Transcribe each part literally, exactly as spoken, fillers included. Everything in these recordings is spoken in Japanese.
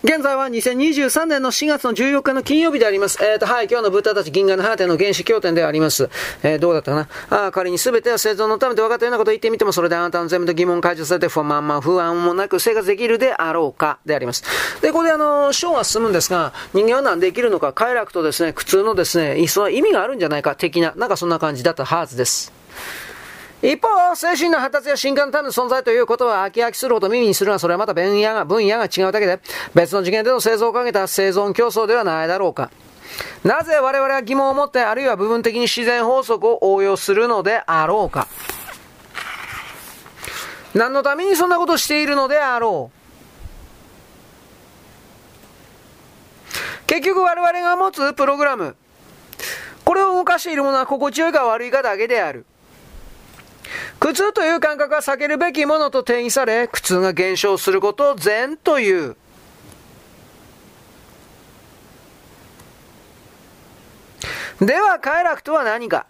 現在はにせんにじゅうさんねんのしがつのじゅうよっかの金曜日であります。えーと、はい、今日のブッダたち銀河の果ての原始経典であります。えー、どうだったかな。ああ、仮に全ては生存のためと分かったようなことを言ってみても、それであなたの全部の疑問解除されて、不満ま不安もなく生活できるであろうか、であります。で、ここであの、章は進むんですが、人間は何で生きるのか、快楽とですね、苦痛のですね、その意味があるんじゃないか、的な、なんかそんな感じだったはずです。一方、精神の発達や進化のための存在ということは飽き飽きするほど耳にするのはそれはまた分野が、分野が違うだけで、別の次元での生存をかけた生存競争ではないだろうか。なぜ我々は疑問を持ってあるいは部分的に自然法則を応用するのであろうか。何のためにそんなことをしているのであろう。結局我々が持つプログラム、これを動かしているものは心地よいか悪いかだけである。苦痛という感覚は避けるべきものと定義され、苦痛が減少することを善という。では快楽とは何か。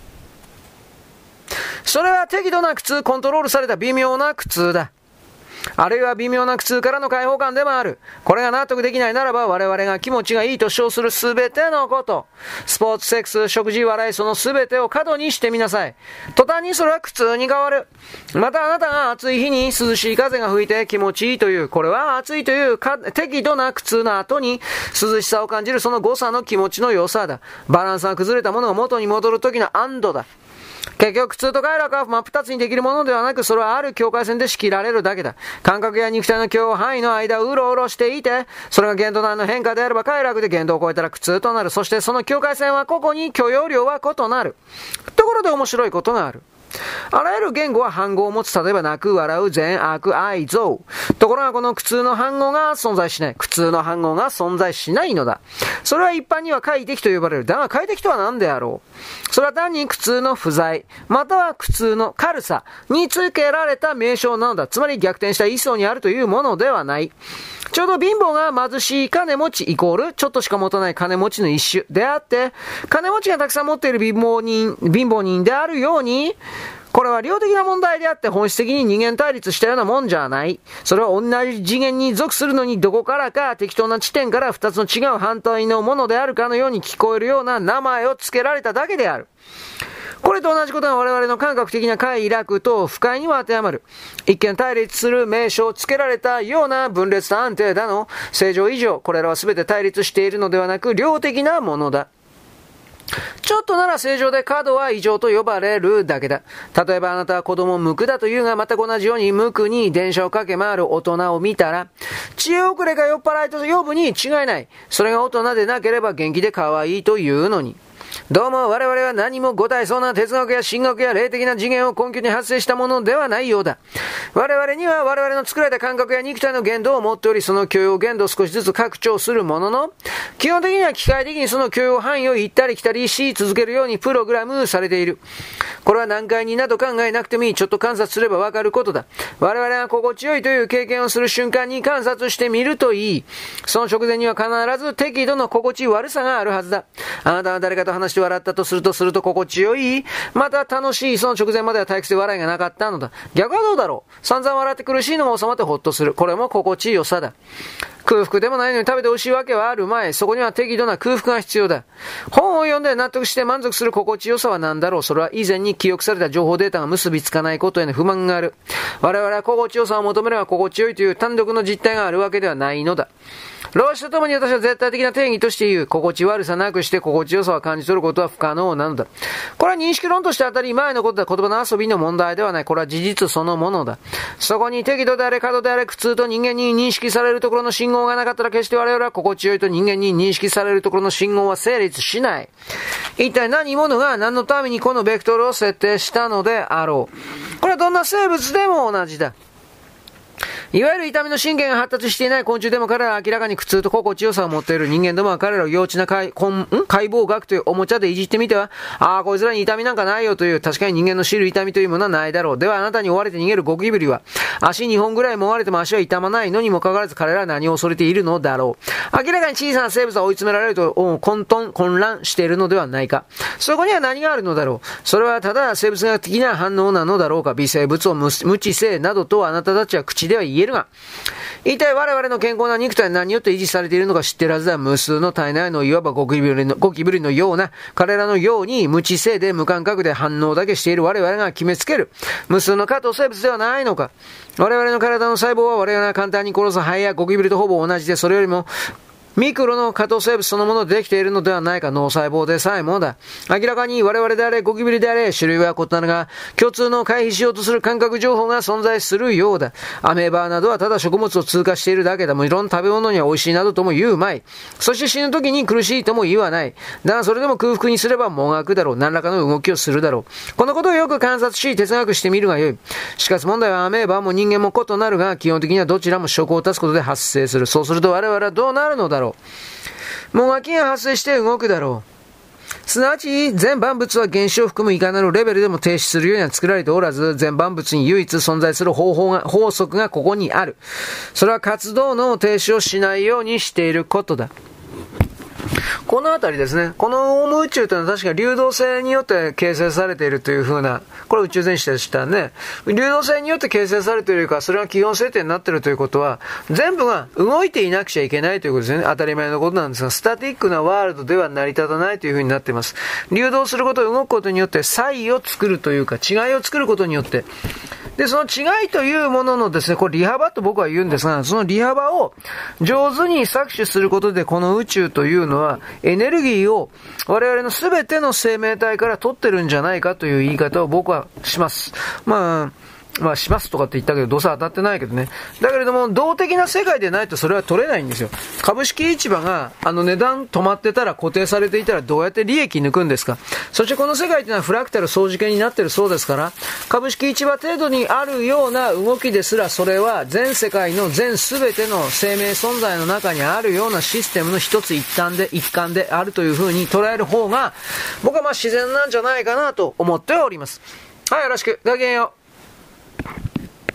それは適度な苦痛、コントロールされた微妙な苦痛だ。あるいは微妙な苦痛からの解放感でもある。これが納得できないならば我々が気持ちがいいと称するすべてのこと、スポーツ、セックス、食事、笑い、そのすべてを過度にしてみなさい。途端にそれは苦痛に変わる。またあなたが暑い日に涼しい風が吹いて気持ちいいという、これは暑いというか適度な苦痛の後に涼しさを感じるその誤差の気持ちの良さだ。バランスが崩れたものが元に戻る時の安堵だ。結局苦痛と快楽は真っ二つにできるものではなく、それはある境界線で仕切られるだけだ。感覚や肉体の許容範囲の間をうろうろしていて、それが限度内の変化であれば快楽で限度を超えたら苦痛となる。そしてその境界線は個々に許容量は異なる。ところで面白いことがある。あらゆる言語は反語を持つ。例えば泣く、笑う、善、悪、愛、憎。ところがこの苦痛の反語が存在しない。苦痛の反語が存在しないのだ。それは一般には快適と呼ばれる。だが快適とは何であろう。それは単に苦痛の不在、または苦痛の軽さにつけられた名称なのだ。つまり逆転した一層にあるというものではない。ちょうど貧乏が貧しい金持ちイコールちょっとしか持たない金持ちの一種であって、金持ちがたくさん持っている貧乏人、貧乏人であるように、これは量的な問題であって本質的に二元対立したようなもんじゃない。それは同じ次元に属するのにどこからか適当な地点から二つの違う反対のものであるかのように聞こえるような名前を付けられただけである。これと同じことが我々の感覚的な快楽と不快には当てはまる。一見対立する名称を付けられたような分裂と安定だの正常以上、これらは全て対立しているのではなく量的なものだ。ちょっとなら正常で過度は異常と呼ばれるだけだ。例えばあなたは子供無垢だというが、全く同じように無垢に電車を駆け回る大人を見たら、知恵遅れか酔っ払いと呼ぶに違いない。それが大人でなければ元気で可愛いというのに。どうも我々は何も五体そうな哲学や神学や霊的な次元を根拠に発生したものではないようだ。我々には我々の作られた感覚や肉体の限度を持っており、その許容限度を少しずつ拡張するものの、基本的には機械的にその許容範囲を行ったり来たりし続けるようにプログラムされている。これは難解になど考えなくてもいい。ちょっと観察すればわかることだ。我々が心地よいという経験をする瞬間に観察してみるといい。その直前には必ず適度の心地悪さがあるはずだ。あなたが誰かと話して笑ったとするとすると心地よい、また楽しい。その直前までは退屈で笑いがなかったのだ。逆はどうだろう。散々笑って苦しいのも収まってほっとする。これも心地よさだ。空腹でもないのに食べて美味しいわけはあるまい。そこには適度な空腹が必要だ。本を読んで納得して満足する心地よさは何だろう。それは以前に記憶された情報データが結びつかないことへの不満がある。我々は心地よさを求めれば心地よいという単独の実態があるわけではないのだ。老子とともに私は絶対的な定義として言う。心地悪さなくして心地よさを感じ取ることは不可能なのだ。これは認識論として当たり前のことだ。言葉の遊びの問題ではない。これは事実そのものだ。そこに適度であれ過度であれ苦痛と人間に認識されるところの信号がなかったら決して我々は心地よいと人間に認識されるところの信号は成立しない。一体何者が何のためにこのベクトルを設定したのであろう。これはどんな生物でも同じだ。いわゆる痛みの神経が発達していない昆虫でも彼らは明らかに苦痛と心地よさを持っている。人間どもは彼らを幼稚な解剖学というおもちゃでいじってみては、ああこいつらに痛みなんかないよという。確かに人間の知る痛みというものはないだろう。ではあなたに追われて逃げるゴキブリは足にほんぐらいもわれても足は痛まないのにもかかわらず彼らは何を恐れているのだろう。明らかに小さな生物は追い詰められると混沌混乱しているのではないか。そこには何があるのだろう。それはただ生物学的な反応なのだろうか。微生物を無知性などとあなたたちは口では言言えるが、一体我々の健康な肉体は何によって維持されているのか知ってるはずだ。無数の体内のいわばゴキブリの、ゴキブリのような、彼らのように無知性で無感覚で反応だけしている我々が決めつける。無数の下等生物ではないのか。我々の体の細胞は我々が簡単に殺すハエやゴキブリとほぼ同じで、それよりもミクロの下等生物そのものでできているのではないか。脳細胞でさえもだ。明らかに我々であれ、ゴキブリであれ、種類は異なるが、共通の回避しようとする感覚情報が存在するようだ。アメーバーなどはただ食物を通過しているだけだ。もちろん食べ物には美味しいなどとも言うまい。そして死ぬ時に苦しいとも言わない。だがそれでも空腹にすればもがくだろう。何らかの動きをするだろう。このことをよく観察し、哲学してみるがよい。しかし問題はアメーバーも人間も異なるが、基本的にはどちらも食を足すことで発生する。そうすると我々はどうなるのだろう。もがきが発生して動くだろう。すなわち、全万物は原子を含むいかなるレベルでも停止するようには作られておらず、全万物に唯一存在する方法が、法則がここにある。それは活動の停止をしないようにしていることだ。このあたりですね。このオウム宇宙というのは確か流動性によって形成されているというふうな、これは宇宙全史でしたね。流動性によって形成されているから、それが基本設定になっているということは、全部が動いていなくちゃいけないということですね。当たり前のことなんですが、スタティックなワールドでは成り立たないというふうになっています。流動すること、動くことによって差異を作るというか、違いを作ることによって、で、その違いというもののですね、これ利幅と僕は言うんですが、その利幅を上手に搾取することで、この宇宙というのは、エネルギーを我々の全ての生命体から取ってるんじゃないかという言い方を僕はします。まあ、まあしますとかって言ったけど、どうせ当たってないけどね。だけれども、動的な世界でないとそれは取れないんですよ。株式市場が、あの値段止まってたら固定されていたらどうやって利益抜くんですか。そしてこの世界というのはフラクタル相似形になっているそうですから、株式市場程度にあるような動きですら、それは全世界の全全ての生命存在の中にあるようなシステムの一つ一環で、一環であるというふうに捉える方が、僕はまあ自然なんじゃないかなと思っております。はい、よろしく。ごきげんよう。